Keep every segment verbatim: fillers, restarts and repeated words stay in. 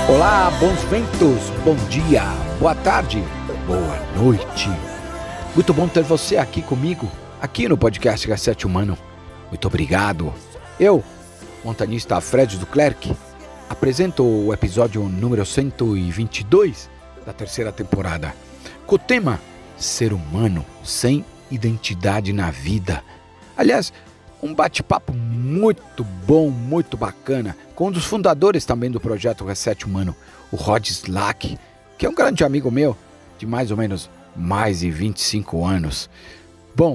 Olá, bons ventos, bom dia, boa tarde, boa noite. Muito bom ter você aqui comigo, aqui no podcast Reset Humano. Muito obrigado. Eu, montanista Fred Duclerc, apresento o episódio número cento e vinte e dois da terceira temporada, com o tema Ser Humano Sem Identidade na Vida. Aliás, um bate-papo muito bom, muito bacana, com um dos fundadores também do projeto Reset Humano, o Rod Slack, que é um grande amigo meu, de mais ou menos mais de vinte e cinco anos. Bom,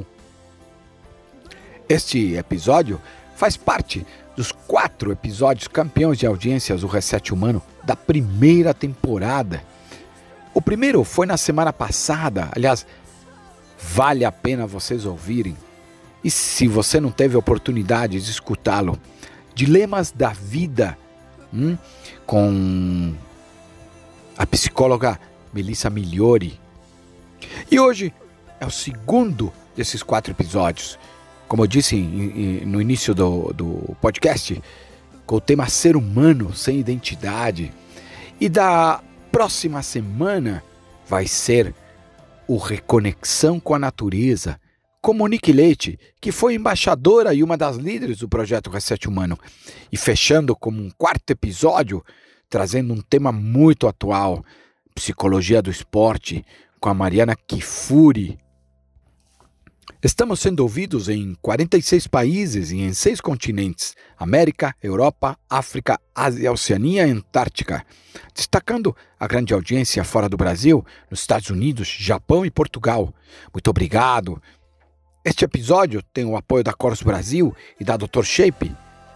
este episódio faz parte dos quatro episódios campeões de audiências do Reset Humano da primeira temporada. O primeiro foi na semana passada, aliás, vale a pena vocês ouvirem. E se você não teve a oportunidade de escutá-lo, Dilemas da Vida, hum, com a psicóloga Melissa Migliori. E hoje é o segundo desses quatro episódios, como eu disse no início do, do podcast, com o tema Ser Humano Sem Identidade. E da próxima semana vai ser o Reconexão com a Natureza, com Monique Leite, que foi embaixadora e uma das líderes do projeto Reset Humano. E fechando como um quarto episódio, trazendo um tema muito atual, psicologia do esporte, com a Mariana Kifuri. Estamos sendo ouvidos em quarenta e seis países e em seis continentes: América, Europa, África, Ásia, Oceania e Antártica. Destacando a grande audiência fora do Brasil, nos Estados Unidos, Japão e Portugal. Muito obrigado! Este episódio tem o apoio da Coros Brasil e da doutor Shape.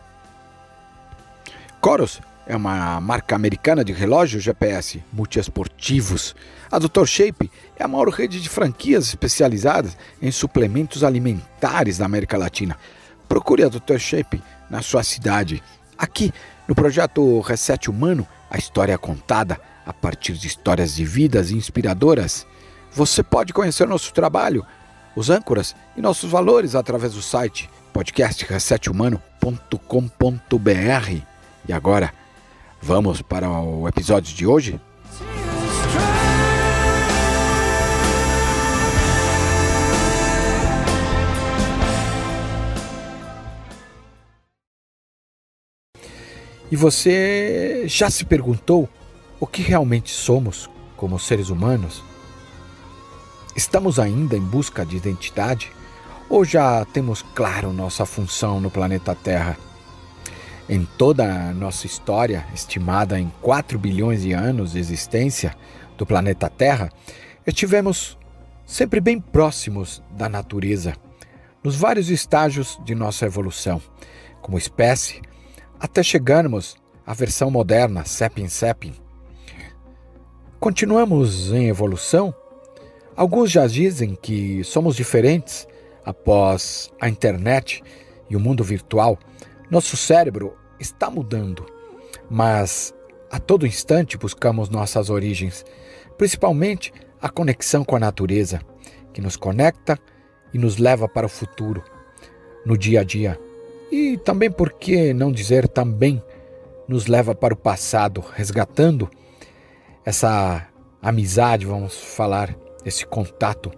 Coros é uma marca americana de relógios G P S multiesportivos. A doutor Shape é a maior rede de franquias especializadas em suplementos alimentares da América Latina. Procure a doutor Shape na sua cidade. Aqui, no projeto Reset Humano, a história é contada a partir de histórias de vidas inspiradoras. Você pode conhecer nosso trabalho, os âncoras e nossos valores através do site podcast reset humano ponto com ponto b r. E agora, vamos para o episódio de hoje? E você já se perguntou o que realmente somos como seres humanos? Estamos ainda em busca de identidade ou já temos claro nossa função no planeta Terra? Em toda a nossa história, estimada em quatro bilhões de anos de existência do planeta Terra, estivemos sempre bem próximos da natureza, nos vários estágios de nossa evolução, como espécie, até chegarmos à versão moderna, Sapiens Sapiens. Continuamos em evolução? Alguns já dizem que somos diferentes após a internet e o mundo virtual. Nosso cérebro está mudando, mas a todo instante buscamos nossas origens, principalmente a conexão com a natureza, que nos conecta e nos leva para o futuro, no dia a dia. E também, por que não dizer também, nos leva para o passado, resgatando essa amizade, vamos falar, esse contato.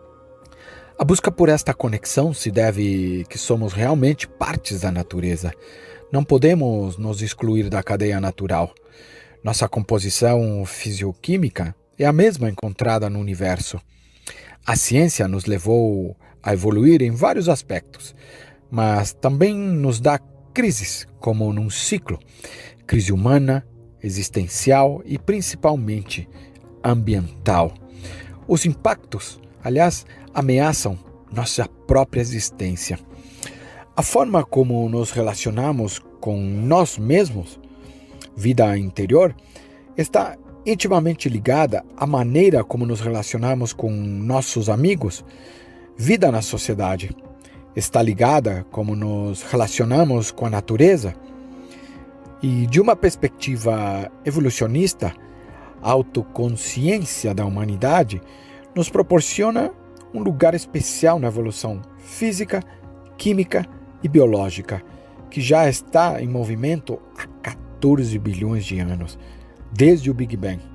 A busca por esta conexão se deve que somos realmente partes da natureza. Não podemos nos excluir da cadeia natural. Nossa composição fisioquímica é a mesma encontrada no universo. A ciência nos levou a evoluir em vários aspectos, mas também nos dá crises, como num ciclo. Crise humana, existencial e principalmente ambiental. Os impactos, aliás, ameaçam nossa própria existência. A forma como nos relacionamos com nós mesmos, vida interior, está intimamente ligada à maneira como nos relacionamos com nossos amigos, vida na sociedade. Está ligada como nos relacionamos com a natureza. E de uma perspectiva evolucionista, a autoconsciência da humanidade nos proporciona um lugar especial na evolução física, química e biológica, que já está em movimento há quatorze bilhões de anos. desde o Big Bang.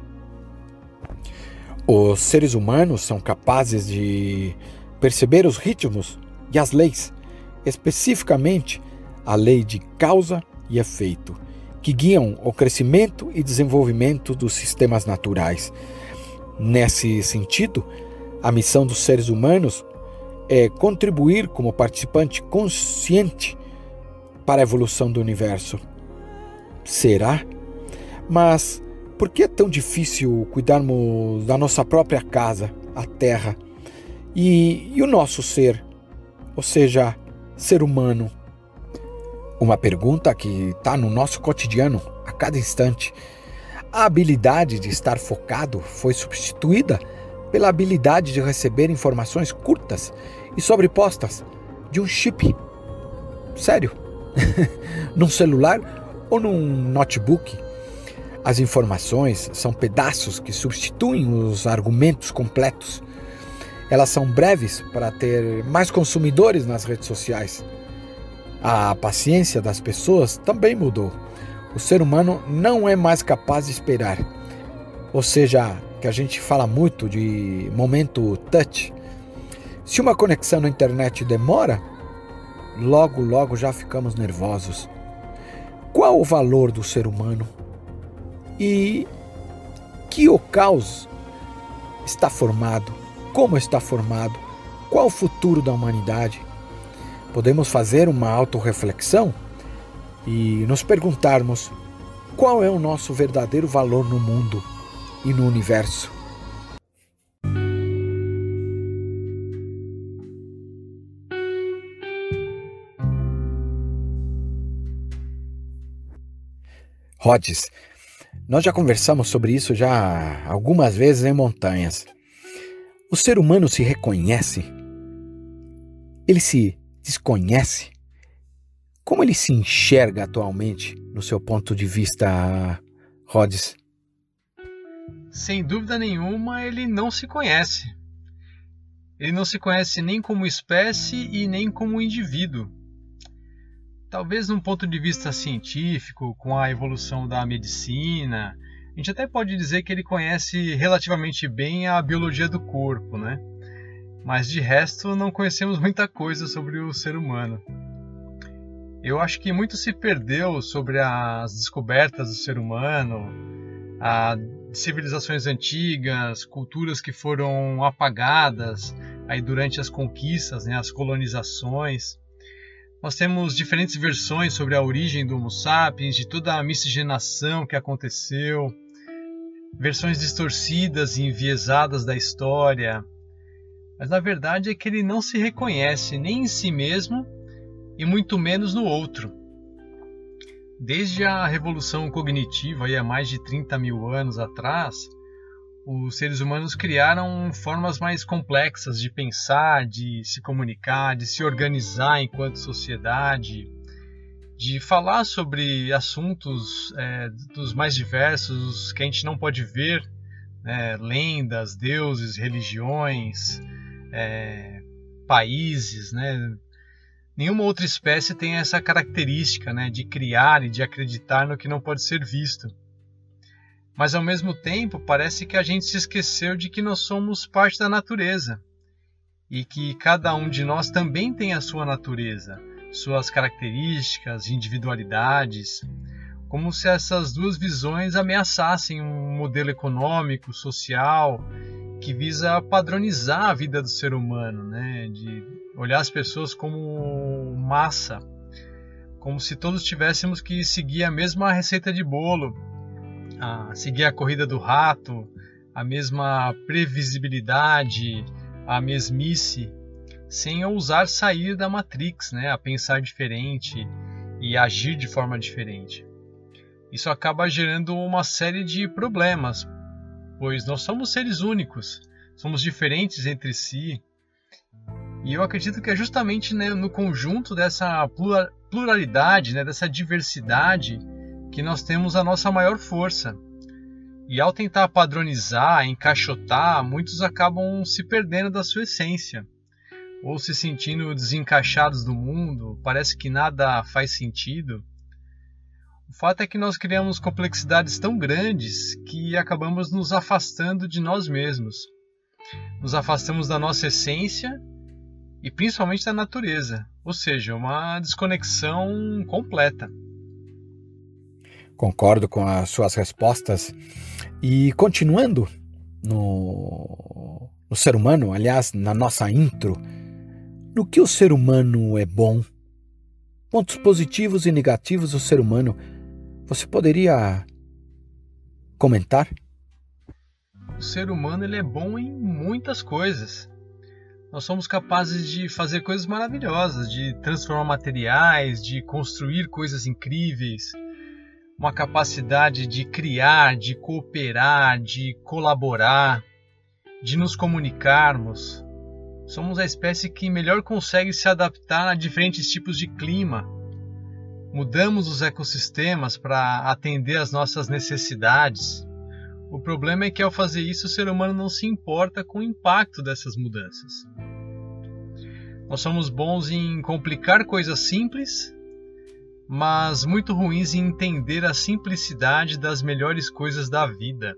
Os seres humanos são capazes de perceber os ritmos e as leis, especificamente a lei de causa e efeito, que guiam o crescimento e desenvolvimento dos sistemas naturais. Nesse sentido, a missão dos seres humanos é contribuir como participante consciente para a evolução do universo. Será? Mas por que é tão difícil cuidarmos da nossa própria casa, a Terra, e, e o nosso ser, ou seja, ser humano? Uma pergunta que está no nosso cotidiano a cada instante. A habilidade de estar focado foi substituída pela habilidade de receber informações curtas e sobrepostas de um chip. Sério, num celular ou num notebook. As informações são pedaços que substituem os argumentos completos. Elas são breves para ter mais consumidores nas redes sociais. A paciência das pessoas também mudou. O ser humano não é mais capaz de esperar. Ou seja, que a gente fala muito de momento touch. Se uma conexão na internet demora, logo, logo já ficamos nervosos. Qual o valor do ser humano? E que o caos está formado? Como está formado? Qual o futuro da humanidade? Podemos fazer uma autorreflexão e nos perguntarmos qual é o nosso verdadeiro valor no mundo e no universo. Rhodes, nós já conversamos sobre isso já algumas vezes em Montanhas. O ser humano se reconhece? Ele se desconhece? Como ele se enxerga atualmente, no seu ponto de vista, Rhodes? Sem dúvida nenhuma, ele não se conhece. Ele não se conhece nem como espécie e nem como indivíduo. Talvez num ponto de vista científico, com a evolução da medicina, a gente até pode dizer que ele conhece relativamente bem a biologia do corpo, né? Mas de resto não conhecemos muita coisa sobre o ser humano. Eu acho que muito se perdeu sobre as descobertas do ser humano, a civilizações antigas, culturas que foram apagadas aí durante as conquistas, né, as colonizações. Nós temos diferentes versões sobre a origem do Homo sapiens, de toda a miscigenação que aconteceu, versões distorcidas e enviesadas da história. Mas na verdade é que ele não se reconhece nem em si mesmo e muito menos no outro. Desde a revolução cognitiva, aí há mais de trinta mil anos atrás, os seres humanos criaram formas mais complexas de pensar, de se comunicar, de se organizar enquanto sociedade, de falar sobre assuntos é, dos mais diversos que a gente não pode ver, né, lendas, deuses, religiões, é, países, né? Nenhuma outra espécie tem essa característica, né, de criar e de acreditar no que não pode ser visto. Mas ao mesmo tempo parece que a gente se esqueceu de que nós somos parte da natureza e que cada um de nós também tem a sua natureza, suas características, individualidades, como se essas duas visões ameaçassem um modelo econômico, social, que visa padronizar a vida do ser humano, né? De olhar as pessoas como massa, como se todos tivéssemos que seguir a mesma receita de bolo, a seguir a corrida do rato, a mesma previsibilidade, a mesmice, sem ousar sair da Matrix, né? A pensar diferente e agir de forma diferente. Isso acaba gerando uma série de problemas, pois nós somos seres únicos, somos diferentes entre si, e eu acredito que é justamente, né, no conjunto dessa pluralidade, né, dessa diversidade, que nós temos a nossa maior força. E ao tentar padronizar, encaixotar, muitos acabam se perdendo da sua essência, ou se sentindo desencaixados do mundo, parece que nada faz sentido. O fato é que nós criamos complexidades tão grandes que acabamos nos afastando de nós mesmos. Nos afastamos da nossa essência e principalmente da natureza, ou seja, uma desconexão completa. Concordo com as suas respostas. E continuando no, no ser humano, aliás, na nossa intro, no que o ser humano é bom, pontos positivos e negativos do ser humano, você poderia comentar? O ser humano ele é bom em muitas coisas. Nós somos capazes de fazer coisas maravilhosas, de transformar materiais, de construir coisas incríveis, uma capacidade de criar, de cooperar, de colaborar, de nos comunicarmos. Somos a espécie que melhor consegue se adaptar a diferentes tipos de clima. Mudamos os ecossistemas para atender às nossas necessidades. O problema é que ao fazer isso o ser humano não se importa com o impacto dessas mudanças. Nós somos bons em complicar coisas simples, mas muito ruins em entender a simplicidade das melhores coisas da vida.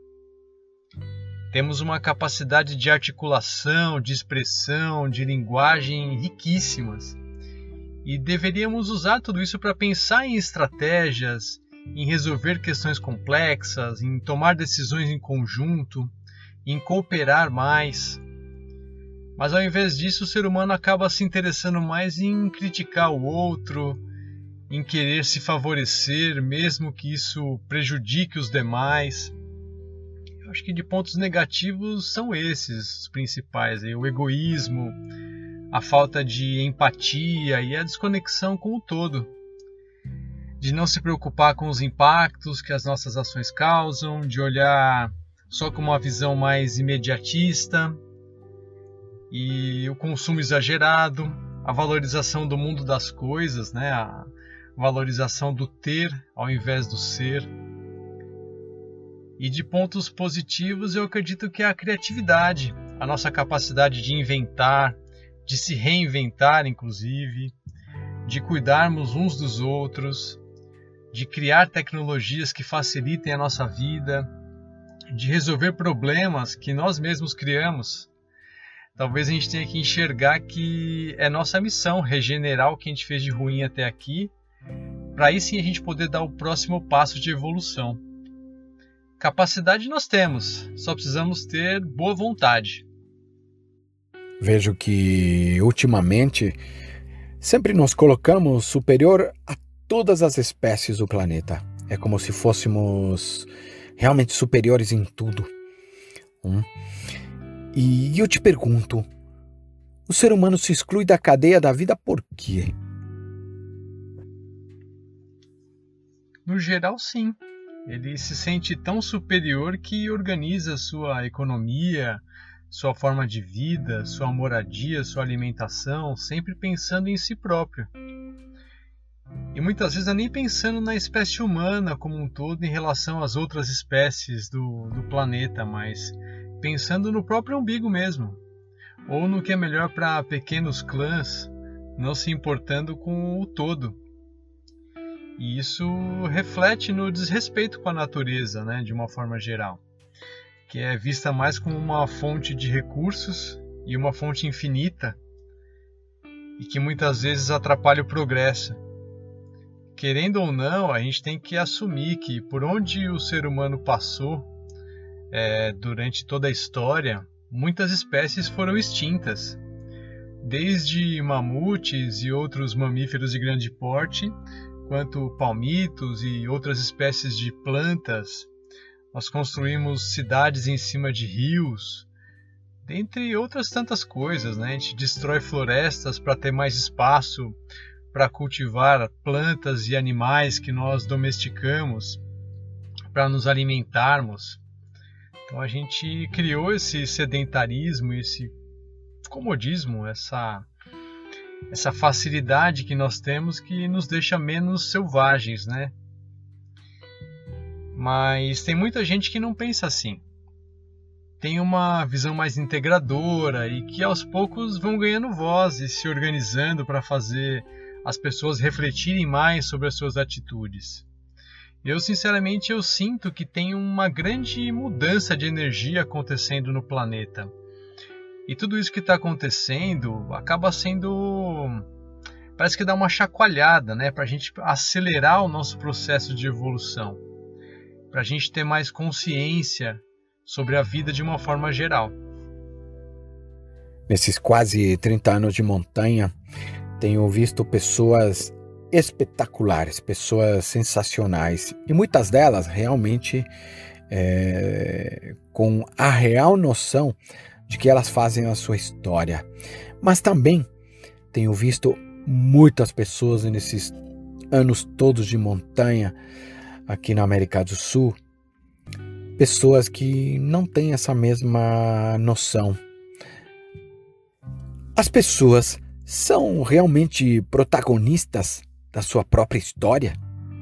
Temos uma capacidade de articulação, de expressão, de linguagem riquíssimas. E deveríamos usar tudo isso para pensar em estratégias, em resolver questões complexas, em tomar decisões em conjunto, em cooperar mais. Mas ao invés disso, o ser humano acaba se interessando mais em criticar o outro, em querer se favorecer, mesmo que isso prejudique os demais. Eu acho que de pontos negativos são esses os principais, aí, o egoísmo, a falta de empatia e a desconexão com o todo. De não se preocupar com os impactos que as nossas ações causam, de olhar só com uma visão mais imediatista, e o consumo exagerado, a valorização do mundo das coisas, né? A valorização do ter ao invés do ser. E de pontos positivos eu acredito que é a criatividade, a nossa capacidade de inventar, de se reinventar inclusive, de cuidarmos uns dos outros, de criar tecnologias que facilitem a nossa vida, de resolver problemas que nós mesmos criamos. Talvez a gente tenha que enxergar que é nossa missão regenerar o que a gente fez de ruim até aqui, para aí sim a gente poder dar o próximo passo de evolução. Capacidade nós temos, só precisamos ter boa vontade. Vejo que ultimamente sempre nos colocamos superior a todas as espécies do planeta. É como se fôssemos realmente superiores em tudo. Hum? E eu te pergunto, o ser humano se exclui da cadeia da vida por quê? No geral, sim. Ele se sente tão superior que organiza sua economia, sua forma de vida, sua moradia, sua alimentação, sempre pensando em si próprio. E muitas vezes não é nem pensando na espécie humana como um todo em relação às outras espécies do, do planeta, mas pensando no próprio umbigo mesmo, ou no que é melhor para pequenos clãs, não se importando com o todo. E isso reflete no desrespeito com a natureza, né, de uma forma geral, que é vista mais como uma fonte de recursos e uma fonte infinita, e que muitas vezes atrapalha o progresso. Querendo ou não, a gente tem que assumir que por onde o ser humano passou é, durante toda a história, muitas espécies foram extintas, desde mamutes e outros mamíferos de grande porte, quanto palmitos e outras espécies de plantas. Nós construímos cidades em cima de rios, dentre outras tantas coisas, né? A gente destrói florestas para ter mais espaço para cultivar plantas e animais que nós domesticamos, para nos alimentarmos. Então a gente criou esse sedentarismo, esse comodismo, essa, essa facilidade que nós temos que nos deixa menos selvagens, né? Mas tem muita gente que não pensa assim. Tem uma visão mais integradora e que aos poucos vão ganhando voz e se organizando para fazer as pessoas refletirem mais sobre as suas atitudes. Eu, sinceramente, eu sinto que tem uma grande mudança de energia acontecendo no planeta. E tudo isso que está acontecendo acaba sendo... Parece que dá uma chacoalhada, né? Para a gente acelerar o nosso processo de evolução. Para a gente ter mais consciência sobre a vida de uma forma geral. Nesses quase trinta anos de montanha, tenho visto pessoas espetaculares, pessoas sensacionais. E muitas delas realmente é, com a real noção de que elas fazem a sua história. Mas também tenho visto muitas pessoas nesses anos todos de montanha aqui na América do Sul, pessoas que não têm essa mesma noção. As pessoas são realmente protagonistas da sua própria história?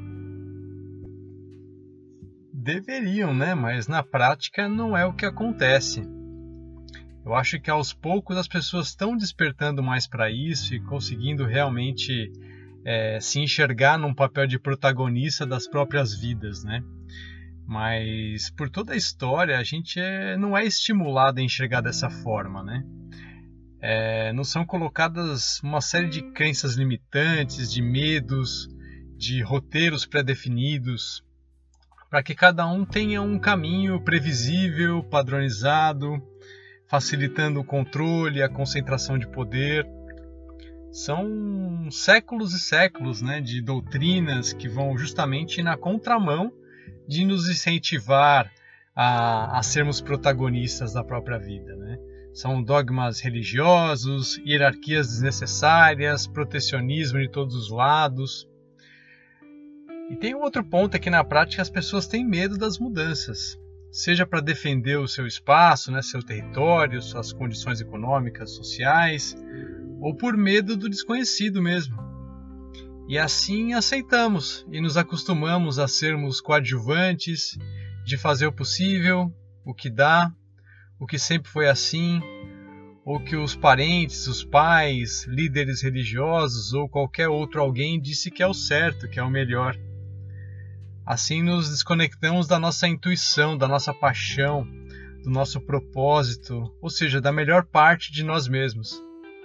Deveriam, né? Mas na prática não é o que acontece. Eu acho que aos poucos as pessoas estão despertando mais para isso e conseguindo realmente é, se enxergar num papel de protagonista das próprias vidas, né? Mas por toda a história a gente é, não é estimulado a enxergar dessa forma, né? É, não são colocadas uma série de crenças limitantes, de medos, de roteiros pré-definidos, para que cada um tenha um caminho previsível, padronizado, facilitando o controle, a concentração de poder. São séculos e séculos, né, de doutrinas que vão justamente na contramão de nos incentivar a, a sermos protagonistas da própria vida, né? São dogmas religiosos, hierarquias desnecessárias, protecionismo de todos os lados. E tem um outro ponto é que na prática as pessoas têm medo das mudanças, seja para defender o seu espaço, né, seu território, suas condições econômicas, sociais, ou por medo do desconhecido mesmo. E assim aceitamos e nos acostumamos a sermos coadjuvantes, de fazer o possível, o que dá, o que sempre foi assim, ou que os parentes, os pais, líderes religiosos ou qualquer outro alguém disse que é o certo, que é o melhor. Assim nos desconectamos da nossa intuição, da nossa paixão, do nosso propósito, ou seja, da melhor parte de nós mesmos.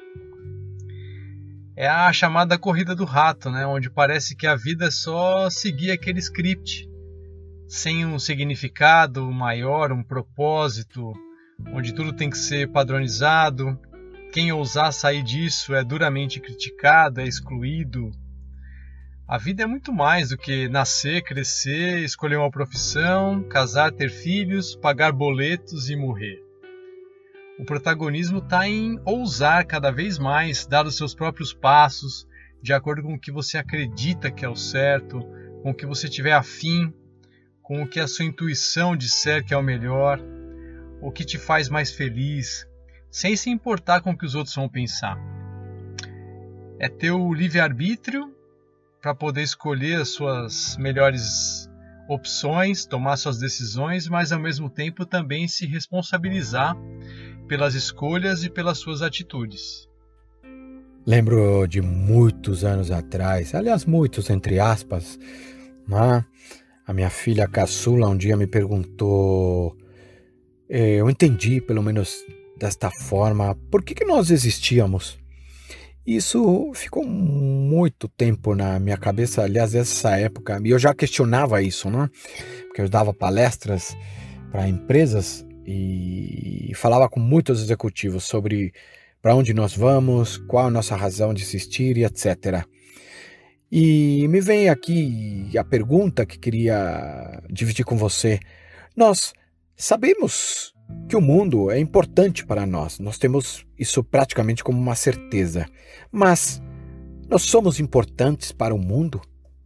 É a chamada corrida do rato, né? Onde parece que a vida é só seguir aquele script, sem um significado maior, um propósito, onde tudo tem que ser padronizado. Quem ousar sair disso é duramente criticado, é excluído. A vida é muito mais do que nascer, crescer, escolher uma profissão, casar, ter filhos, pagar boletos e morrer. O protagonismo está em ousar cada vez mais, dar os seus próprios passos, de acordo com o que você acredita que é o certo, com o que você tiver afim, com o que a sua intuição disser que é o melhor, o que te faz mais feliz, sem se importar com o que os outros vão pensar. É ter o livre-arbítrio para poder escolher as suas melhores opções, tomar suas decisões, mas ao mesmo tempo também se responsabilizar pelas escolhas e pelas suas atitudes. Lembro de muitos anos atrás, aliás, muitos entre aspas, né? A minha filha caçula um dia me perguntou, eu entendi pelo menos desta forma, por que, que nós existíamos? Isso ficou muito tempo na minha cabeça, aliás, essa época, e eu já questionava isso, né? Porque eu dava palestras para empresas e falava com muitos executivos sobre para onde nós vamos, qual a nossa razão de existir e etcétera. E me vem aqui a pergunta que queria dividir com você. Nós sabemos que o mundo é importante para nós, nós temos isso praticamente como uma certeza, mas nós somos importantes para o mundo?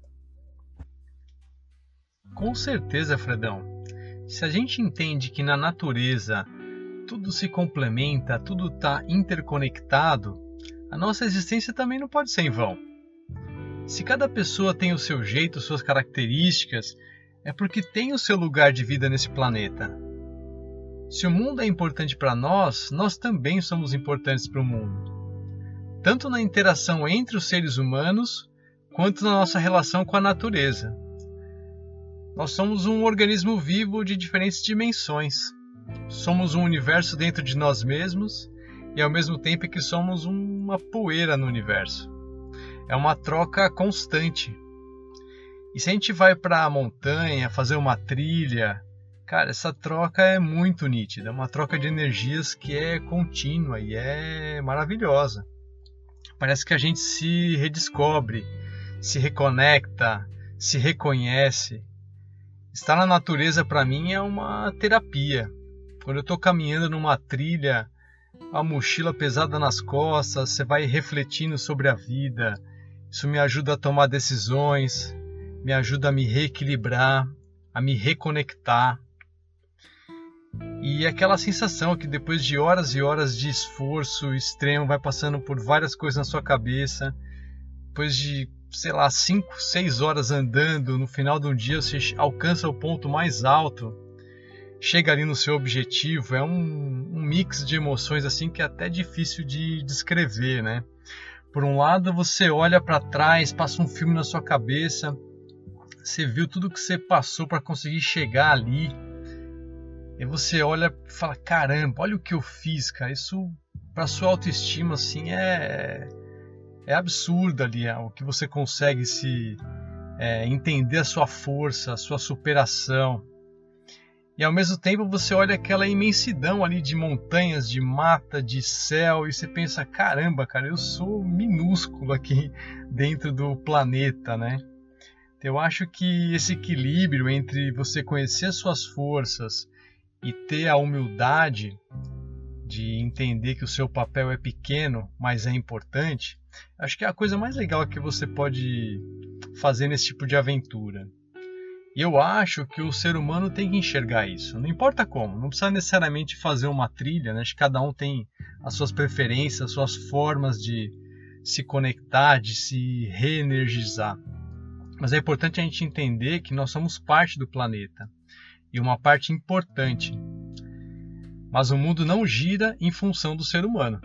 Com certeza, Fredão. Se a gente entende que na natureza tudo se complementa, tudo está interconectado, a nossa existência também não pode ser em vão. Se cada pessoa tem o seu jeito, suas características, é porque tem o seu lugar de vida nesse planeta. Se o mundo é importante para nós, nós também somos importantes para o mundo. Tanto na interação entre os seres humanos, quanto na nossa relação com a natureza. Nós somos um organismo vivo de diferentes dimensões. Somos um universo dentro de nós mesmos e ao mesmo tempo que somos uma poeira no universo. É uma troca constante. E se a gente vai para a montanha, fazer uma trilha, cara, essa troca é muito nítida. É uma troca de energias que é contínua e é maravilhosa. Parece que a gente se redescobre, se reconecta, se reconhece. Estar na natureza para mim é uma terapia. Quando eu estou caminhando numa trilha, a mochila pesada nas costas, você vai refletindo sobre a vida. Isso me ajuda a tomar decisões, me ajuda a me reequilibrar, a me reconectar. E aquela sensação que depois de horas e horas de esforço extremo, vai passando por várias coisas na sua cabeça, depois de, sei lá, cinco, seis horas andando, no final do dia você alcança o ponto mais alto, chega ali no seu objetivo, é um, um mix de emoções assim que é até difícil de descrever, né? Por um lado, você olha para trás, passa um filme na sua cabeça, você viu tudo que você passou para conseguir chegar ali, e você olha e fala, caramba, olha o que eu fiz, cara. Isso para sua autoestima assim é é absurdo ali, é, o que você consegue se é, entender a sua força, a sua superação. E ao mesmo tempo você olha aquela imensidão ali de montanhas, de mata, de céu, e você pensa, caramba, cara, eu sou minúsculo aqui dentro do planeta, né? Eu acho que esse equilíbrio entre você conhecer as suas forças e ter a humildade de entender que o seu papel é pequeno, mas é importante, acho que é a coisa mais legal que você pode fazer nesse tipo de aventura. E eu acho que o ser humano tem que enxergar isso, não importa como, não precisa necessariamente fazer uma trilha, né? Acho que cada um tem as suas preferências, as suas formas de se conectar, de se reenergizar. Mas é importante a gente entender que nós somos parte do planeta, e uma parte importante. Mas o mundo não gira em função do ser humano.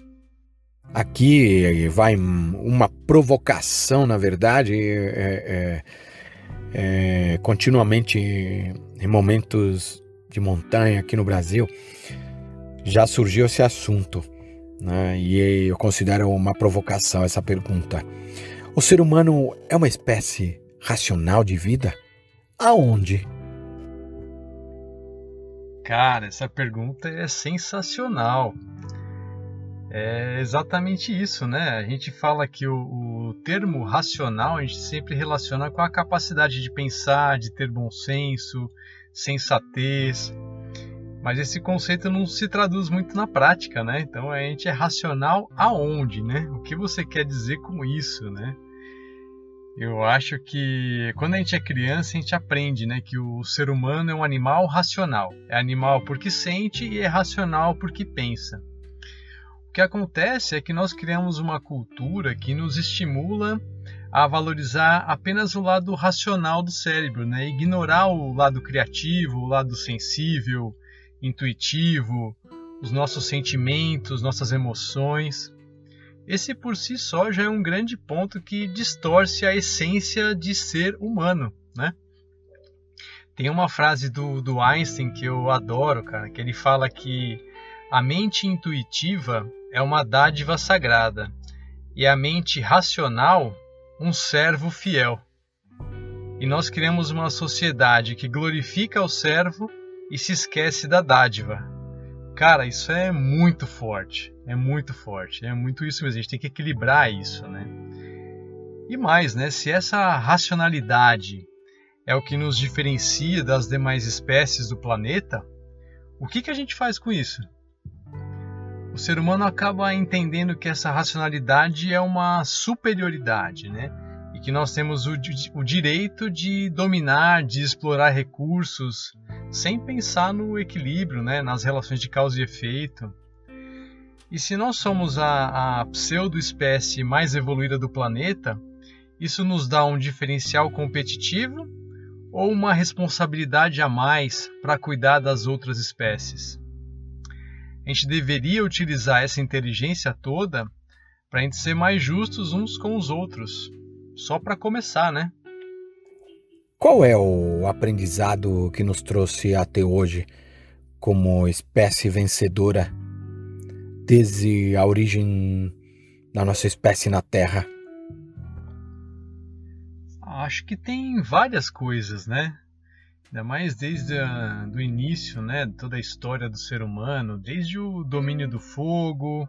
Aqui vai uma provocação, na verdade, é, é, é, continuamente em momentos de montanha aqui no Brasil, já surgiu esse assunto, né? E eu considero uma provocação essa pergunta. O ser humano é uma espécie racional de vida? Aonde? Cara, essa pergunta é sensacional. É exatamente isso, né? A gente fala que o, o termo racional a gente sempre relaciona com a capacidade de pensar, de ter bom senso, sensatez. Mas esse conceito não se traduz muito na prática, né? Então a gente é racional aonde, né? O que você quer dizer com isso, né? Eu acho que quando a gente é criança, a gente aprende, né, que o ser humano é um animal racional. É animal porque sente e é racional porque pensa. O que acontece é que nós criamos uma cultura que nos estimula a valorizar apenas o lado racional do cérebro, né? Ignorar o lado criativo, o lado sensível, intuitivo, os nossos sentimentos, nossas emoções. Esse por si só já é um grande ponto que distorce a essência de ser humano, né? Tem uma frase do, do Einstein que eu adoro, cara, que ele fala que a mente intuitiva é uma dádiva sagrada e a mente racional um servo fiel. E nós criamos uma sociedade que glorifica o servo e se esquece da dádiva. Cara, isso é muito forte, é muito forte, é muito isso mesmo, a gente tem que equilibrar isso, né? E mais, né, se essa racionalidade é o que nos diferencia das demais espécies do planeta, o que, que a gente faz com isso? O ser humano acaba entendendo que essa racionalidade é uma superioridade, né? E que nós temos o, o direito de dominar, de explorar recursos, sem pensar no equilíbrio, né, nas relações de causa e efeito. E se nós somos a, a pseudo-espécie mais evoluída do planeta, isso nos dá um diferencial competitivo ou uma responsabilidade a mais para cuidar das outras espécies? A gente deveria utilizar essa inteligência toda para a gente ser mais justos uns com os outros. Só para começar, né? Qual é o aprendizado que nos trouxe até hoje como espécie vencedora desde a origem da nossa espécie na Terra? Acho que tem várias coisas, né? Ainda mais desde o início, né? Toda a história do ser humano, desde o domínio do fogo,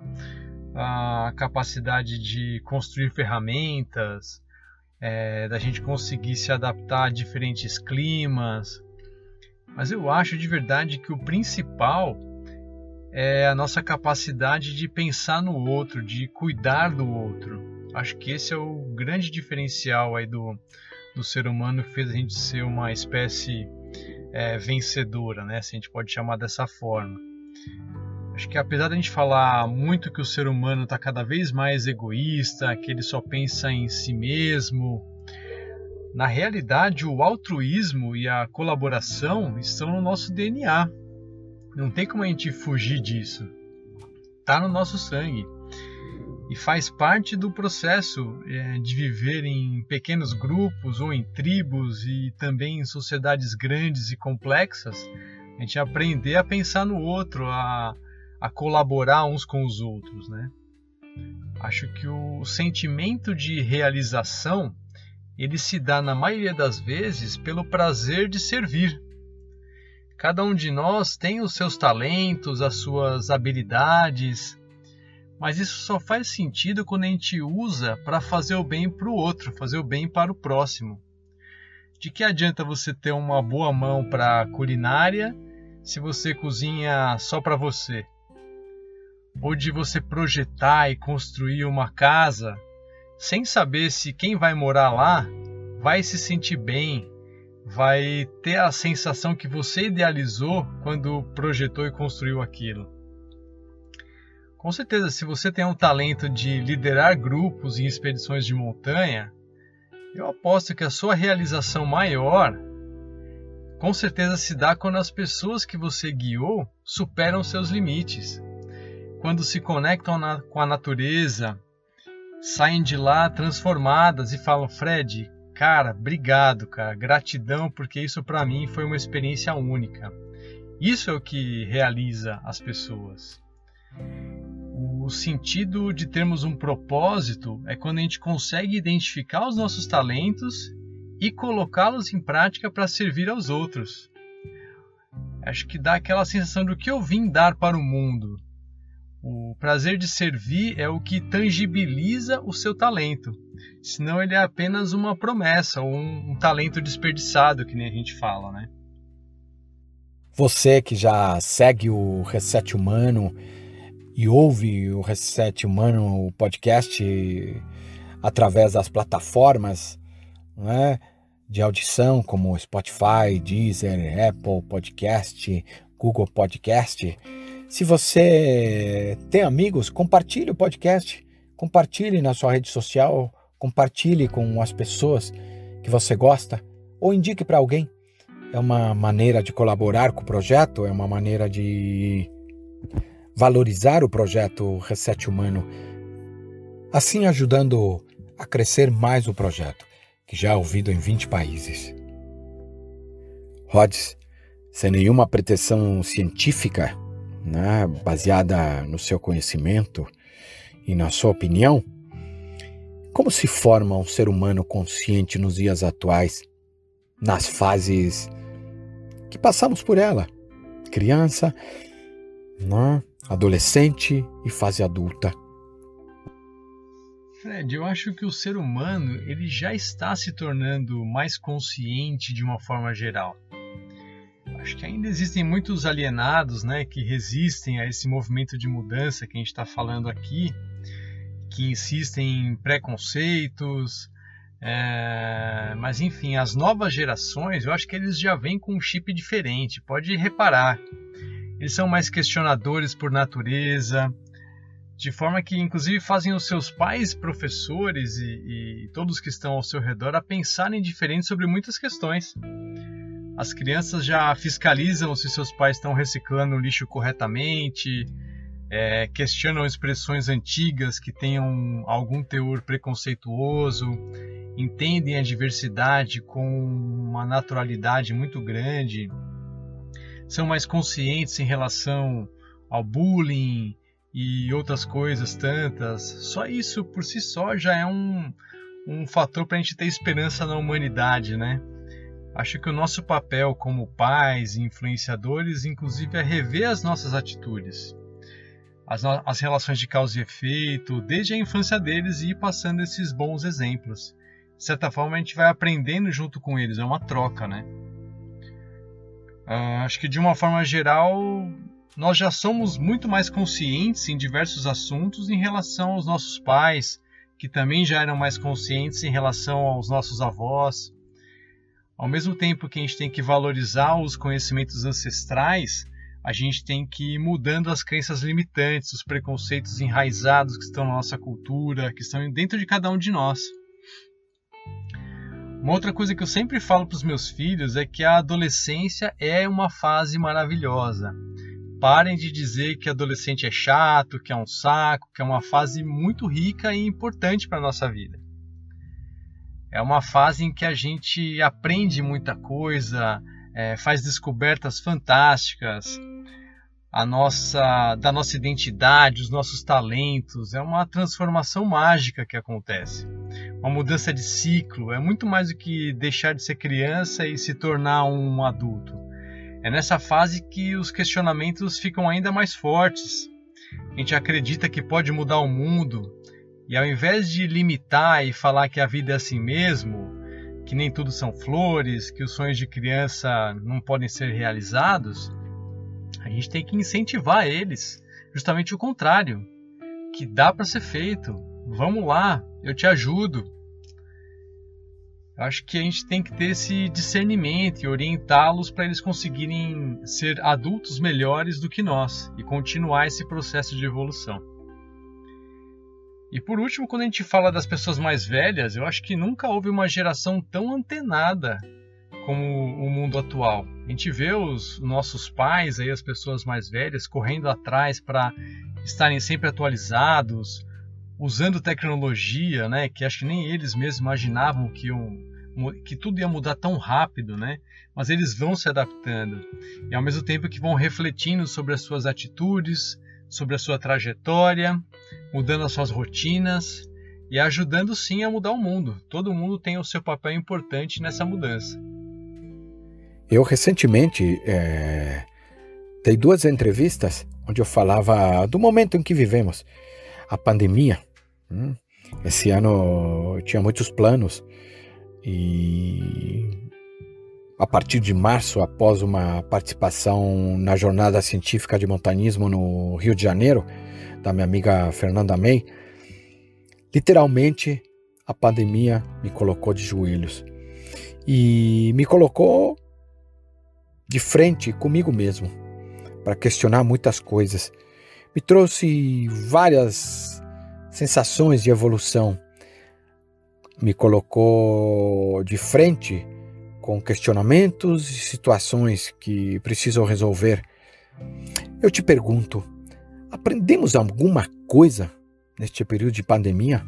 a capacidade de construir ferramentas, é, da gente conseguir se adaptar a diferentes climas. Mas eu acho de verdade que o principal é a nossa capacidade de pensar no outro, de cuidar do outro. Acho que esse é o grande diferencial aí do, do ser humano que fez a gente ser uma espécie é, vencedora, né? Se a gente pode chamar dessa forma. Acho que apesar de a gente falar muito que o ser humano está cada vez mais egoísta, que ele só pensa em si mesmo, na realidade o altruísmo e a colaboração estão no nosso D N A. Não tem como a gente fugir disso. Está no nosso sangue. E faz parte do processo é, de viver em pequenos grupos ou em tribos e também em sociedades grandes e complexas. A gente aprender a pensar no outro, a, a colaborar uns com os outros, né? Acho que o sentimento de realização ele se dá na maioria das vezes pelo prazer de servir. Cada um de nós tem os seus talentos, as suas habilidades, mas isso só faz sentido quando a gente usa para fazer o bem para o outro, fazer o bem para o próximo. De que adianta você ter uma boa mão para culinária se você cozinha só para você? Ou de você projetar e construir uma casa sem saber se quem vai morar lá vai se sentir bem, vai ter a sensação que você idealizou quando projetou e construiu aquilo. Com certeza, se você tem um talento de liderar grupos em expedições de montanha, eu aposto que a sua realização maior, com certeza se dá quando as pessoas que você guiou superam seus limites. Quando se conectam na, com a natureza, saem de lá transformadas e falam: Fred, cara, obrigado, cara, gratidão, porque isso para mim foi uma experiência única. Isso é o que realiza as pessoas. O sentido de termos um propósito é quando a gente consegue identificar os nossos talentos e colocá-los em prática para servir aos outros. Acho que dá aquela sensação do que eu vim dar para o mundo. O prazer de servir é o que tangibiliza o seu talento. Senão ele é apenas uma promessa ou um, um talento desperdiçado, que nem a gente fala, né? Você que já segue o Reset Humano e ouve o Reset Humano, o podcast, através das plataformas, né, de audição como Spotify, Deezer, Apple Podcast, Google Podcast. Se você tem amigos, compartilhe o podcast, compartilhe na sua rede social, compartilhe com as pessoas que você gosta ou indique para alguém. É uma maneira de colaborar com o projeto, é uma maneira de valorizar o projeto Reset Humano, assim ajudando a crescer mais o projeto, que já é ouvido em vinte países. Rhodes, sem nenhuma pretensão científica, né, baseada no seu conhecimento e na sua opinião, como se forma um ser humano consciente nos dias atuais, nas fases que passamos por ela, criança, né, adolescente e fase adulta? Fred, eu acho que o ser humano ele já está se tornando mais consciente de uma forma geral. Acho que ainda existem muitos alienados, né, que resistem a esse movimento de mudança que a gente está falando aqui, que insistem em preconceitos, é... mas enfim, as novas gerações, eu acho que eles já vêm com um chip diferente, pode reparar. Eles são mais questionadores por natureza, de forma que inclusive fazem os seus pais, professores e, e todos que estão ao seu redor a pensarem diferente sobre muitas questões. As crianças já fiscalizam se seus pais estão reciclando o lixo corretamente, é, questionam expressões antigas que tenham algum teor preconceituoso entendem a diversidade com uma naturalidade muito grande, são mais conscientes em relação ao bullying e outras coisas tantas. Só isso por si só já é um, um fator para a gente ter esperança na humanidade, né? Acho que o nosso papel como pais e influenciadores, inclusive, é rever as nossas atitudes, as, no- as relações de causa e efeito, desde a infância deles, e ir passando esses bons exemplos. De certa forma, a gente vai aprendendo junto com eles, é uma troca, né? Ah, acho que, de uma forma geral, nós já somos muito mais conscientes em diversos assuntos em relação aos nossos pais, que também já eram mais conscientes em relação aos nossos avós. Ao mesmo tempo que a gente tem que valorizar os conhecimentos ancestrais, a gente tem que ir mudando as crenças limitantes, os preconceitos enraizados que estão na nossa cultura, que estão dentro de cada um de nós. Uma outra coisa que eu sempre falo para os meus filhos é que a adolescência é uma fase maravilhosa. Parem de dizer que adolescente é chato, que é um saco, que é uma fase muito rica e importante para a nossa vida. É uma fase em que a gente aprende muita coisa, é, faz descobertas fantásticas, a nossa, da nossa identidade, os nossos talentos. É uma transformação mágica que acontece. Uma mudança de ciclo. É muito mais do que deixar de ser criança e se tornar um adulto. É nessa fase que os questionamentos ficam ainda mais fortes. A gente acredita que pode mudar o mundo. E ao invés de limitar e falar que a vida é assim mesmo, que nem tudo são flores, que os sonhos de criança não podem ser realizados, a gente tem que incentivar eles, justamente o contrário, que dá para ser feito. Vamos lá, eu te ajudo. Eu acho que a gente tem que ter esse discernimento e orientá-los para eles conseguirem ser adultos melhores do que nós e continuar esse processo de evolução. E por último, quando a gente fala das pessoas mais velhas, eu acho que nunca houve uma geração tão antenada como o mundo atual. A gente vê os nossos pais, aí, as pessoas mais velhas, correndo atrás para estarem sempre atualizados, usando tecnologia, né, que acho que nem eles mesmos imaginavam que, iam, que tudo ia mudar tão rápido, né, mas eles vão se adaptando. E ao mesmo tempo que vão refletindo sobre as suas atitudes, sobre a sua trajetória, mudando as suas rotinas e ajudando sim a mudar o mundo. Todo mundo tem o seu papel importante nessa mudança. Eu recentemente é, dei duas entrevistas onde eu falava do momento em que vivemos, a pandemia. Hum, esse ano eu tinha muitos planos e a partir de março, após uma participação na jornada científica de montanismo no Rio de Janeiro, da minha amiga Fernanda May, literalmente a pandemia me colocou de joelhos e me colocou de frente comigo mesmo para questionar muitas coisas. Me trouxe várias sensações de evolução, me colocou de frente com questionamentos e situações que precisam resolver. Eu te pergunto, aprendemos alguma coisa neste período de pandemia?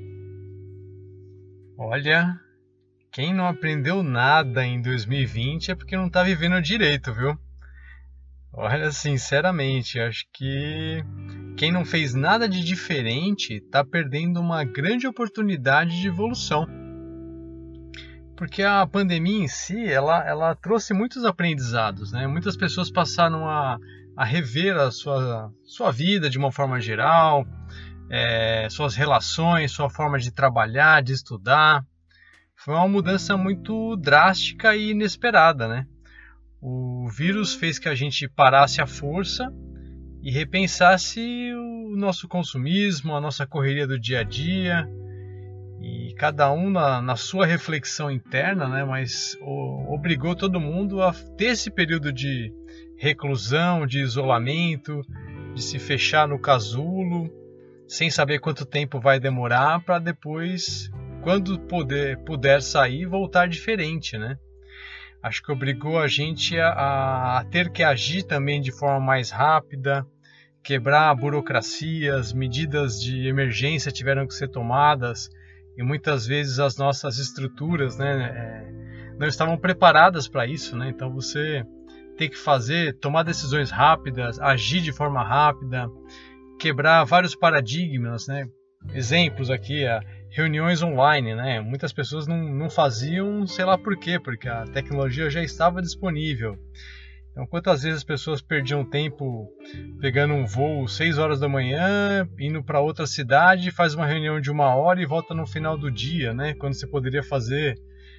Olha, quem não aprendeu nada em dois mil e vinte é porque não está vivendo direito, viu? Olha, sinceramente, acho que quem não fez nada de diferente está perdendo uma grande oportunidade de evolução. Porque a pandemia em si, ela, ela trouxe muitos aprendizados, né? Muitas pessoas passaram a, a rever a sua, sua vida de uma forma geral, é, suas relações, sua forma de trabalhar, de estudar. Foi uma mudança muito drástica e inesperada, né? O vírus fez que a gente parasse à força e repensasse o nosso consumismo, a nossa correria do dia a dia, e cada um na, na sua reflexão interna, né? Mas o, obrigou todo mundo a ter esse período de reclusão, de isolamento, de se fechar no casulo, sem saber quanto tempo vai demorar, para depois, quando poder, puder sair, voltar diferente, né? Acho que obrigou a gente a, a ter que agir também de forma mais rápida, quebrar burocracias, medidas de emergência tiveram que ser tomadas, e muitas vezes as nossas estruturas, né, é, não estavam preparadas para isso, né? Então você tem que fazer, tomar decisões rápidas, agir de forma rápida, quebrar vários paradigmas, né? Exemplos aqui, a reuniões online, né? Muitas pessoas não, não faziam, sei lá por quê, porque a tecnologia já estava disponível. Então, quantas vezes as pessoas perdiam tempo pegando um voo seis horas da manhã, indo para outra cidade, faz uma reunião de uma hora e volta no final do dia, né? Quando você poderia fazer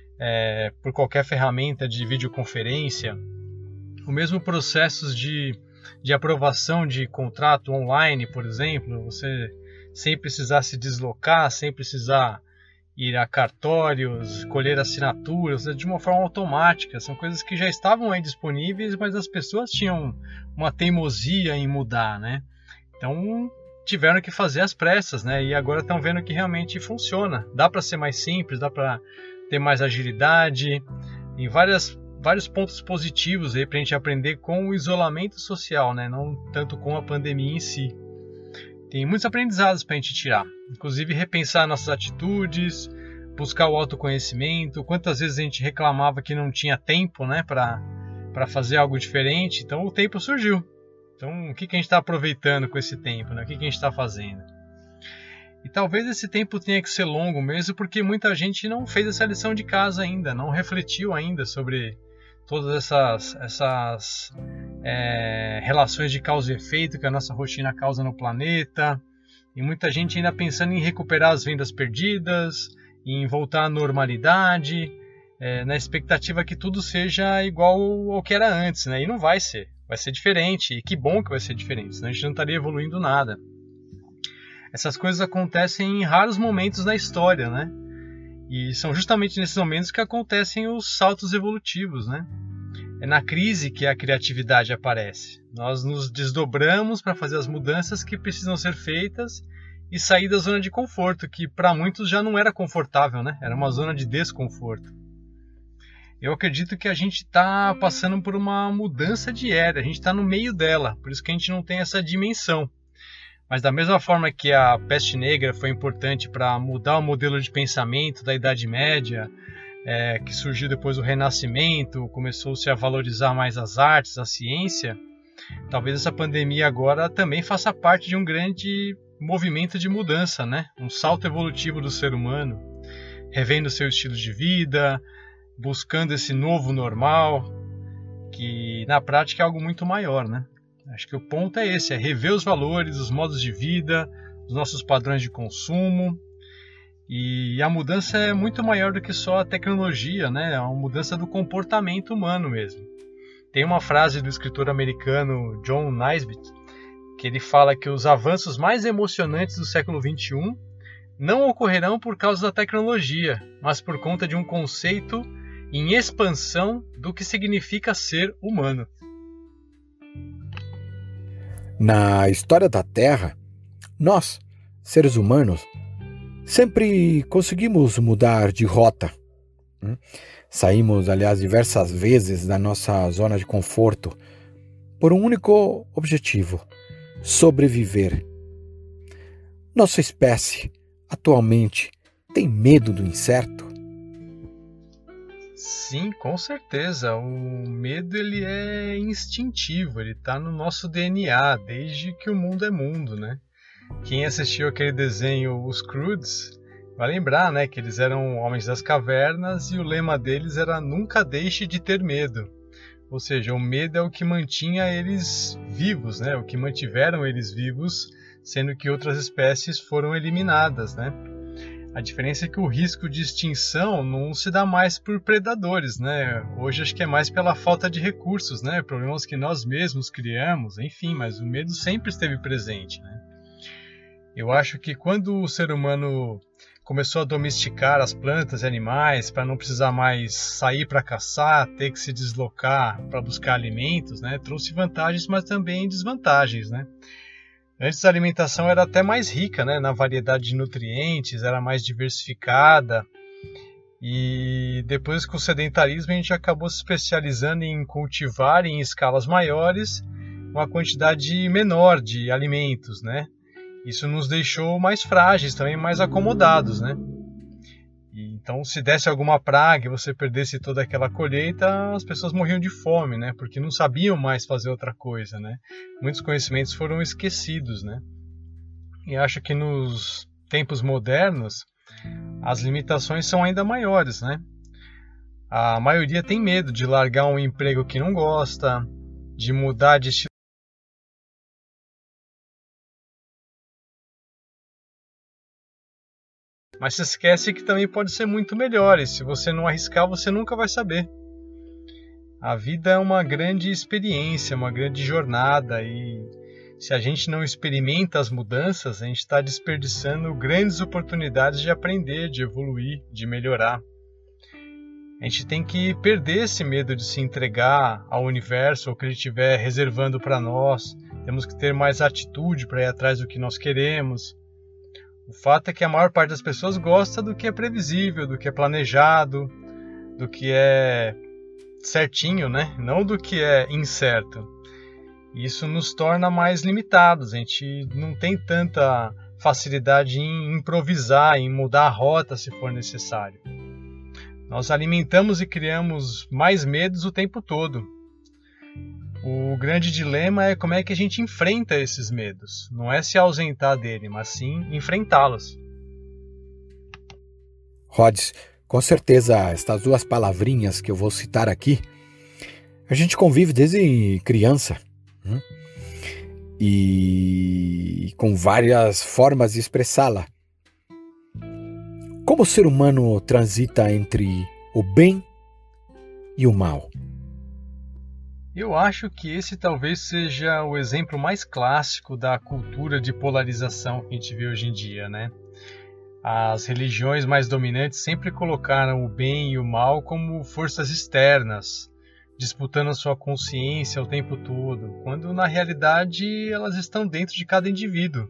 é, por qualquer ferramenta de videoconferência. O mesmo processo de, de aprovação de contrato online, por exemplo, você sem precisar se deslocar, sem precisar ir a cartórios, colher assinaturas, de uma forma automática. São coisas que já estavam aí disponíveis, mas as pessoas tinham uma teimosia em mudar, né? Então tiveram que fazer às pressas, né? E agora estão vendo que realmente funciona. Dá para ser mais simples, dá para ter mais agilidade, em várias, vários pontos positivos aí para a gente aprender com o isolamento social, né? Não tanto com a pandemia em si. Tem muitos aprendizados para a gente tirar, inclusive repensar nossas atitudes, buscar o autoconhecimento. Quantas vezes a gente reclamava que não tinha tempo, né, para para fazer algo diferente? Então o tempo surgiu. Então o que, que a gente está aproveitando com esse tempo, né? O que, que a gente está fazendo? E talvez esse tempo tenha que ser longo mesmo, porque muita gente não fez essa lição de casa ainda, não refletiu ainda sobre todas essas, essas é, relações de causa e efeito que a nossa rotina causa no planeta, e muita gente ainda pensando em recuperar as vendas perdidas, em voltar à normalidade, é, na expectativa que tudo seja igual ao que era antes, né? E não vai ser, vai ser diferente, e que bom que vai ser diferente, senão a gente não estaria evoluindo nada. Essas coisas acontecem em raros momentos na história, né? E são justamente nesses momentos que acontecem os saltos evolutivos, né? É na crise que a criatividade aparece. Nós nos desdobramos para fazer as mudanças que precisam ser feitas e sair da zona de conforto, que para muitos já não era confortável, né? Era uma zona de desconforto. Eu acredito que a gente está passando por uma mudança de era, a gente está no meio dela, por isso que a gente não tem essa dimensão. Mas da mesma forma que a peste negra foi importante para mudar o modelo de pensamento da Idade Média, é, que surgiu depois do Renascimento, começou-se a valorizar mais as artes, a ciência, talvez essa pandemia agora também faça parte de um grande movimento de mudança, né? Um salto evolutivo do ser humano, revendo seu estilo de vida, buscando esse novo normal, que na prática é algo muito maior, né? Acho que o ponto é esse, é rever os valores, os modos de vida, os nossos padrões de consumo. E a mudança é muito maior do que só a tecnologia, né? É uma mudança do comportamento humano mesmo. Tem uma frase do escritor americano John Naisbitt, que ele fala que os avanços mais emocionantes do século vinte e um não ocorrerão por causa da tecnologia, mas por conta de um conceito em expansão do que significa ser humano. Na história da Terra, nós, seres humanos, sempre conseguimos mudar de rota. Saímos, aliás, diversas vezes da nossa zona de conforto por um único objetivo: sobreviver. Nossa espécie, atualmente, tem medo do incerto? Sim, com certeza. O medo ele é instintivo, ele está no nosso D N A desde que o mundo é mundo, né? Quem assistiu aquele desenho Os Croods vai lembrar, né, que eles eram homens das cavernas e o lema deles era nunca deixe de ter medo. Ou seja, o medo é o que mantinha eles vivos, né? O que mantiveram eles vivos, sendo que outras espécies foram eliminadas, né? A diferença é que o risco de extinção não se dá mais por predadores, né? Hoje acho que é mais pela falta de recursos, né? Problemas que nós mesmos criamos, enfim, mas o medo sempre esteve presente, né? Eu acho que quando o ser humano começou a domesticar as plantas e animais para não precisar mais sair para caçar, ter que se deslocar para buscar alimentos, né? Trouxe vantagens, mas também desvantagens, né? Antes a alimentação era até mais rica, né, na variedade de nutrientes, era mais diversificada. E depois com o sedentarismo a gente acabou se especializando em cultivar em escalas maiores uma quantidade menor de alimentos, né? Isso nos deixou mais frágeis, também mais acomodados, né? Então, se desse alguma praga e você perdesse toda aquela colheita, as pessoas morriam de fome, né? Porque não sabiam mais fazer outra coisa, né? Muitos conhecimentos foram esquecidos, né? E acho que nos tempos modernos, as limitações são ainda maiores, né? A maioria tem medo de largar um emprego que não gosta, de mudar de estilo. Mas se esquece que também pode ser muito melhor, e se você não arriscar, você nunca vai saber. A vida é uma grande experiência, uma grande jornada, e se a gente não experimenta as mudanças, a gente está desperdiçando grandes oportunidades de aprender, de evoluir, de melhorar. A gente tem que perder esse medo de se entregar ao universo, ou que ele estiver reservando para nós. Temos que ter mais atitude para ir atrás do que nós queremos. O fato é que a maior parte das pessoas gosta do que é previsível, do que é planejado, do que é certinho, né? Não do que é incerto. Isso nos torna mais limitados. A gente não tem tanta facilidade em improvisar, em mudar a rota se for necessário. Nós alimentamos e criamos mais medos o tempo todo. O grande dilema é como é que a gente enfrenta esses medos. Não é se ausentar dele, mas sim enfrentá-los. Rhodes, com certeza estas duas palavrinhas que eu vou citar aqui, a gente convive desde criança, né? E com várias formas de expressá-la. Como o ser humano transita entre o bem e o mal? Eu acho que esse talvez seja o exemplo mais clássico da cultura de polarização que a gente vê hoje em dia, né? As religiões mais dominantes sempre colocaram o bem e o mal como forças externas, disputando a sua consciência o tempo todo, quando na realidade elas estão dentro de cada indivíduo.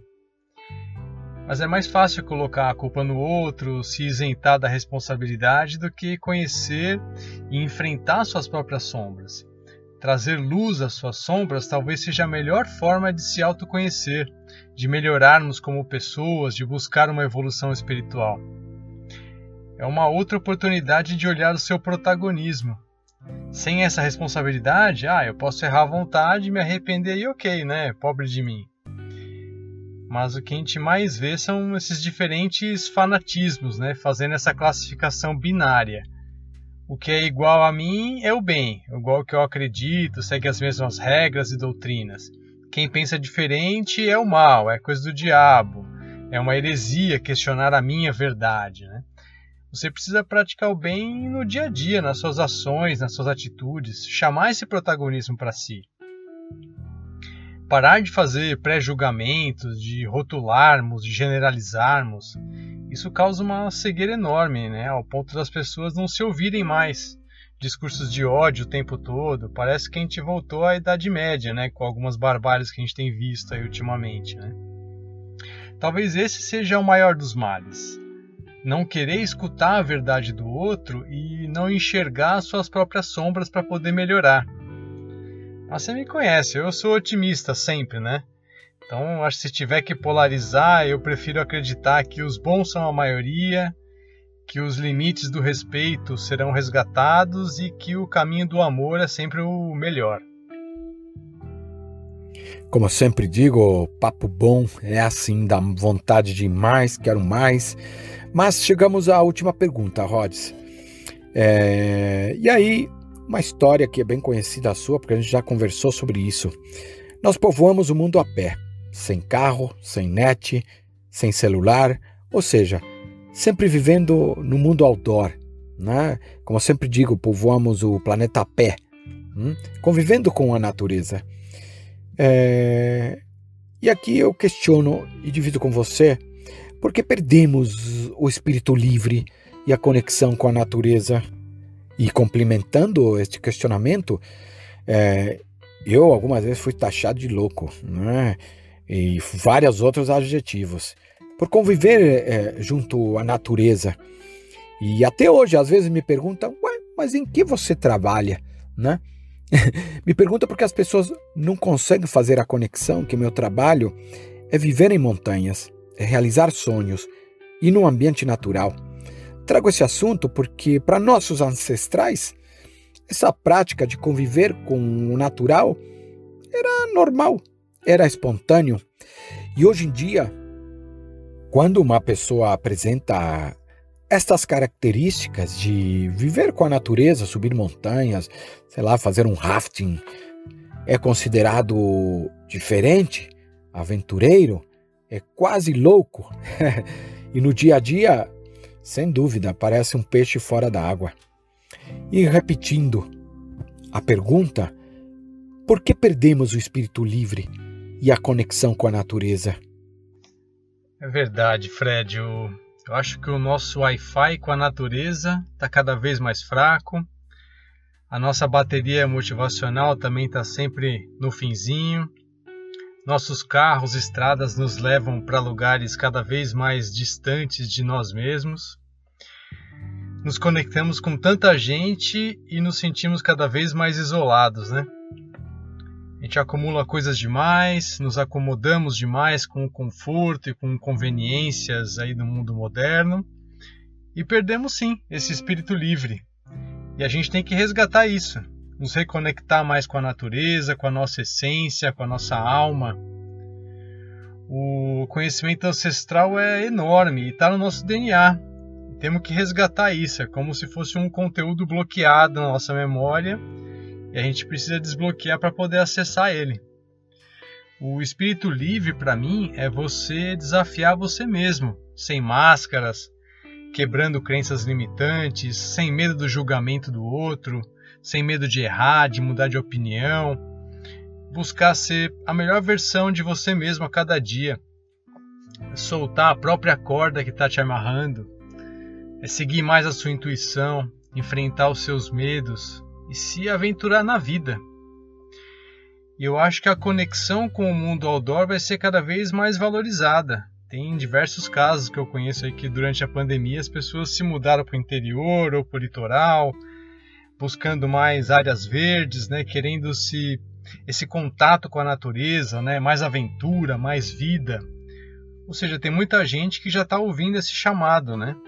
Mas é mais fácil colocar a culpa no outro, se isentar da responsabilidade, do que conhecer e enfrentar suas próprias sombras. Trazer luz às suas sombras talvez seja a melhor forma de se autoconhecer, de melhorarmos como pessoas, de buscar uma evolução espiritual. É uma outra oportunidade de olhar o seu protagonismo. Sem essa responsabilidade, ah, eu posso errar à vontade, me arrepender e ok, né? Pobre de mim. Mas o que a gente mais vê são esses diferentes fanatismos, né? Fazendo essa classificação binária. O que é igual a mim é o bem, igual ao que eu acredito, segue as mesmas regras e doutrinas. Quem pensa diferente é o mal, é coisa do diabo, é uma heresia questionar a minha verdade, né? Você precisa praticar o bem no dia a dia, nas suas ações, nas suas atitudes, chamar esse protagonismo para si. Parar de fazer pré-julgamentos, de rotularmos, de generalizarmos. Isso causa uma cegueira enorme, né? Ao ponto das pessoas não se ouvirem mais. Discursos de ódio o tempo todo. Parece que a gente voltou à Idade Média, né? Com algumas barbáries que a gente tem visto aí ultimamente, né? Talvez esse seja o maior dos males. Não querer escutar a verdade do outro e não enxergar suas próprias sombras para poder melhorar. Mas você me conhece, eu sou otimista sempre, né? Então, acho que se tiver que polarizar, eu prefiro acreditar que os bons são a maioria, que os limites do respeito serão resgatados e que o caminho do amor é sempre o melhor. Como eu sempre digo, papo bom é assim, dá vontade de mais, quero mais. Mas chegamos à última pergunta, Rhodes. É... E aí, uma história que é bem conhecida sua, porque a gente já conversou sobre isso. Nós povoamos o mundo a pé, sem carro, sem net, sem celular, ou seja, sempre vivendo no mundo outdoor, né? Como eu sempre digo, povoamos o planeta a pé, hum? convivendo com a natureza. É... E aqui eu questiono e divido com você, por que perdemos o espírito livre e a conexão com a natureza? E complementando este questionamento, é, eu algumas vezes fui taxado de louco, né? E vários outros adjetivos, por conviver é, junto à natureza. E até hoje, às vezes me perguntam, ué, mas em que você trabalha? Né? Me pergunta porque as pessoas não conseguem fazer a conexão que meu trabalho é viver em montanhas, é realizar sonhos e num ambiente natural. Trago esse assunto porque, para nossos ancestrais, essa prática de conviver com o natural era normal, era espontâneo. E hoje em dia, quando uma pessoa apresenta estas características de viver com a natureza, subir montanhas, sei lá, fazer um rafting, é considerado diferente, aventureiro, é quase louco. E no dia a dia, sem dúvida, parece um peixe fora da água. E repetindo a pergunta, por que perdemos o espírito livre e a conexão com a natureza? É verdade, Fred. Eu, eu acho que o nosso Wi-Fi com a natureza está cada vez mais fraco. A nossa bateria motivacional também está sempre no finzinho. Nossos carros e estradas nos levam para lugares cada vez mais distantes de nós mesmos. Nos conectamos com tanta gente e nos sentimos cada vez mais isolados, né? A gente acumula coisas demais, nos acomodamos demais com o conforto e com conveniências aí do mundo moderno e perdemos sim esse espírito livre. E a gente tem que resgatar isso, nos reconectar mais com a natureza, com a nossa essência, com a nossa alma. O conhecimento ancestral é enorme e está no nosso D N A. Temos que resgatar isso, é como se fosse um conteúdo bloqueado na nossa memória e a gente precisa desbloquear para poder acessar ele. O espírito livre, para mim, é você desafiar você mesmo, sem máscaras, quebrando crenças limitantes, sem medo do julgamento do outro, sem medo de errar, de mudar de opinião, buscar ser a melhor versão de você mesmo a cada dia, soltar a própria corda que está te amarrando, é seguir mais a sua intuição, enfrentar os seus medos e se aventurar na vida. E eu acho que a conexão com o mundo outdoor vai ser cada vez mais valorizada. Tem diversos casos que eu conheço aí que durante a pandemia as pessoas se mudaram para o interior ou para o litoral, buscando mais áreas verdes, né, querendo se, esse contato com a natureza, né, mais aventura, mais vida. Ou seja, tem muita gente que já está ouvindo esse chamado, né?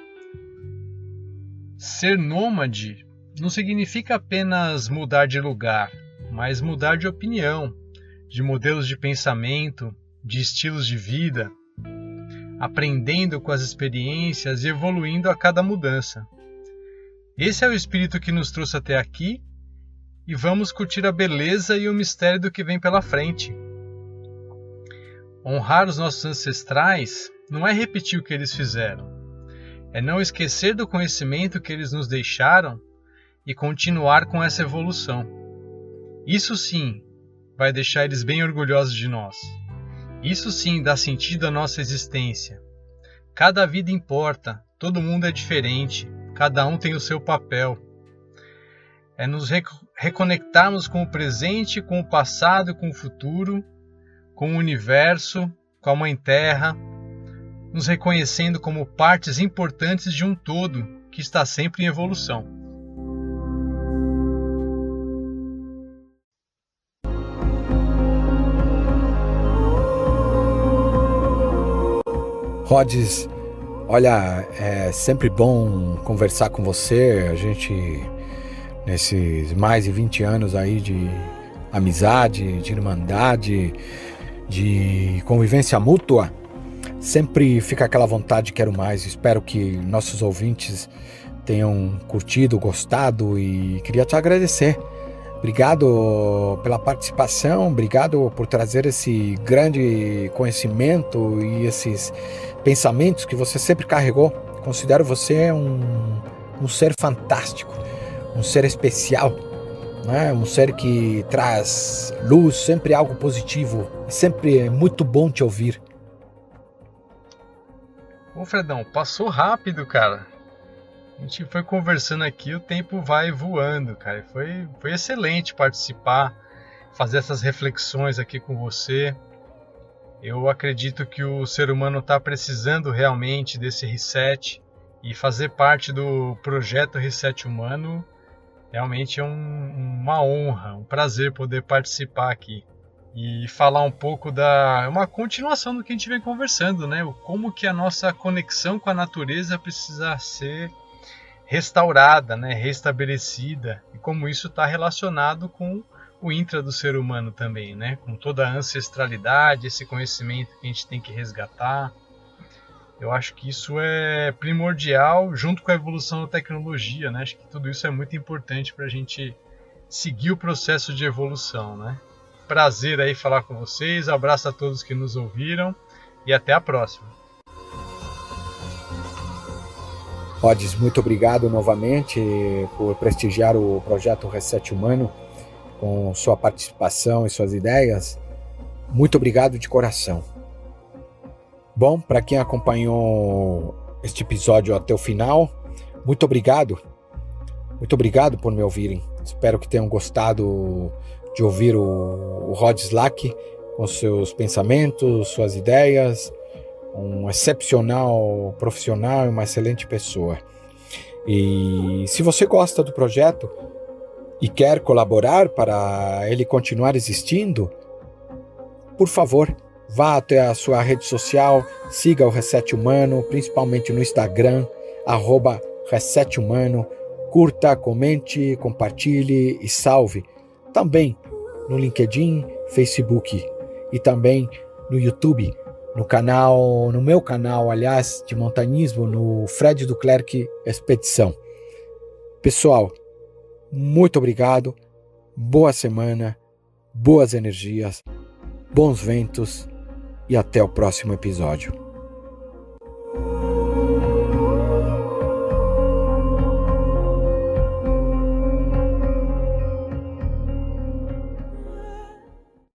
Ser nômade não significa apenas mudar de lugar, mas mudar de opinião, de modelos de pensamento, de estilos de vida, aprendendo com as experiências e evoluindo a cada mudança. Esse é o espírito que nos trouxe até aqui e vamos curtir a beleza e o mistério do que vem pela frente. Honrar os nossos ancestrais não é repetir o que eles fizeram, é não esquecer do conhecimento que eles nos deixaram e continuar com essa evolução. Isso sim vai deixar eles bem orgulhosos de nós. Isso sim dá sentido à nossa existência. Cada vida importa, todo mundo é diferente, cada um tem o seu papel. É nos reconectarmos com o presente, com o passado, com o futuro, com o universo, com a Mãe Terra, nos reconhecendo como partes importantes de um todo que está sempre em evolução. Rhodes, olha, é sempre bom conversar com você. A gente, nesses mais de vinte anos aí de amizade, de irmandade, de convivência mútua, sempre fica aquela vontade, quero mais. Espero que nossos ouvintes tenham curtido, gostado e queria te agradecer. Obrigado pela participação, obrigado por trazer esse grande conhecimento e esses pensamentos que você sempre carregou. Considero você um, um ser fantástico, um ser especial, né? Um ser que traz luz, sempre algo positivo. Sempre é muito bom te ouvir. Ô Fredão, passou rápido, cara. A gente foi conversando aqui, o tempo vai voando, cara. Foi, foi excelente participar, fazer essas reflexões aqui com você. Eu acredito que o ser humano está precisando realmente desse reset e fazer parte do projeto Reset Humano realmente é um, uma honra, um prazer poder participar aqui e falar um pouco da uma continuação do que a gente vem conversando, né? Como que a nossa conexão com a natureza precisa ser restaurada, né, restabelecida, e como isso está relacionado com o intra do ser humano também, né, com toda a ancestralidade, esse conhecimento que a gente tem que resgatar. Eu acho que isso é primordial, junto com a evolução da tecnologia, né? Acho que tudo isso é muito importante para a gente seguir o processo de evolução, né? Prazer aí falar com vocês, abraço a todos que nos ouviram e até a próxima. Rhodes, muito obrigado novamente por prestigiar o projeto Reset Humano com sua participação e suas ideias. Muito obrigado de coração. Bom, para quem acompanhou este episódio até o final, muito obrigado. Muito obrigado por me ouvirem. Espero que tenham gostado de ouvir o, o Rod Slack com seus pensamentos, suas ideias. Um excepcional profissional e uma excelente pessoa. E se você gosta do projeto e quer colaborar para ele continuar existindo, por favor, vá até a sua rede social, siga o Reset Humano, principalmente no Instagram, arroba Reset Humano, curta, comente, compartilhe e salve. Também no LinkedIn, Facebook e também no YouTube, no canal, no meu canal, aliás, de montanismo, no Fred Duclerc Expedição. Pessoal, muito obrigado, boa semana, boas energias, bons ventos, e até o próximo episódio.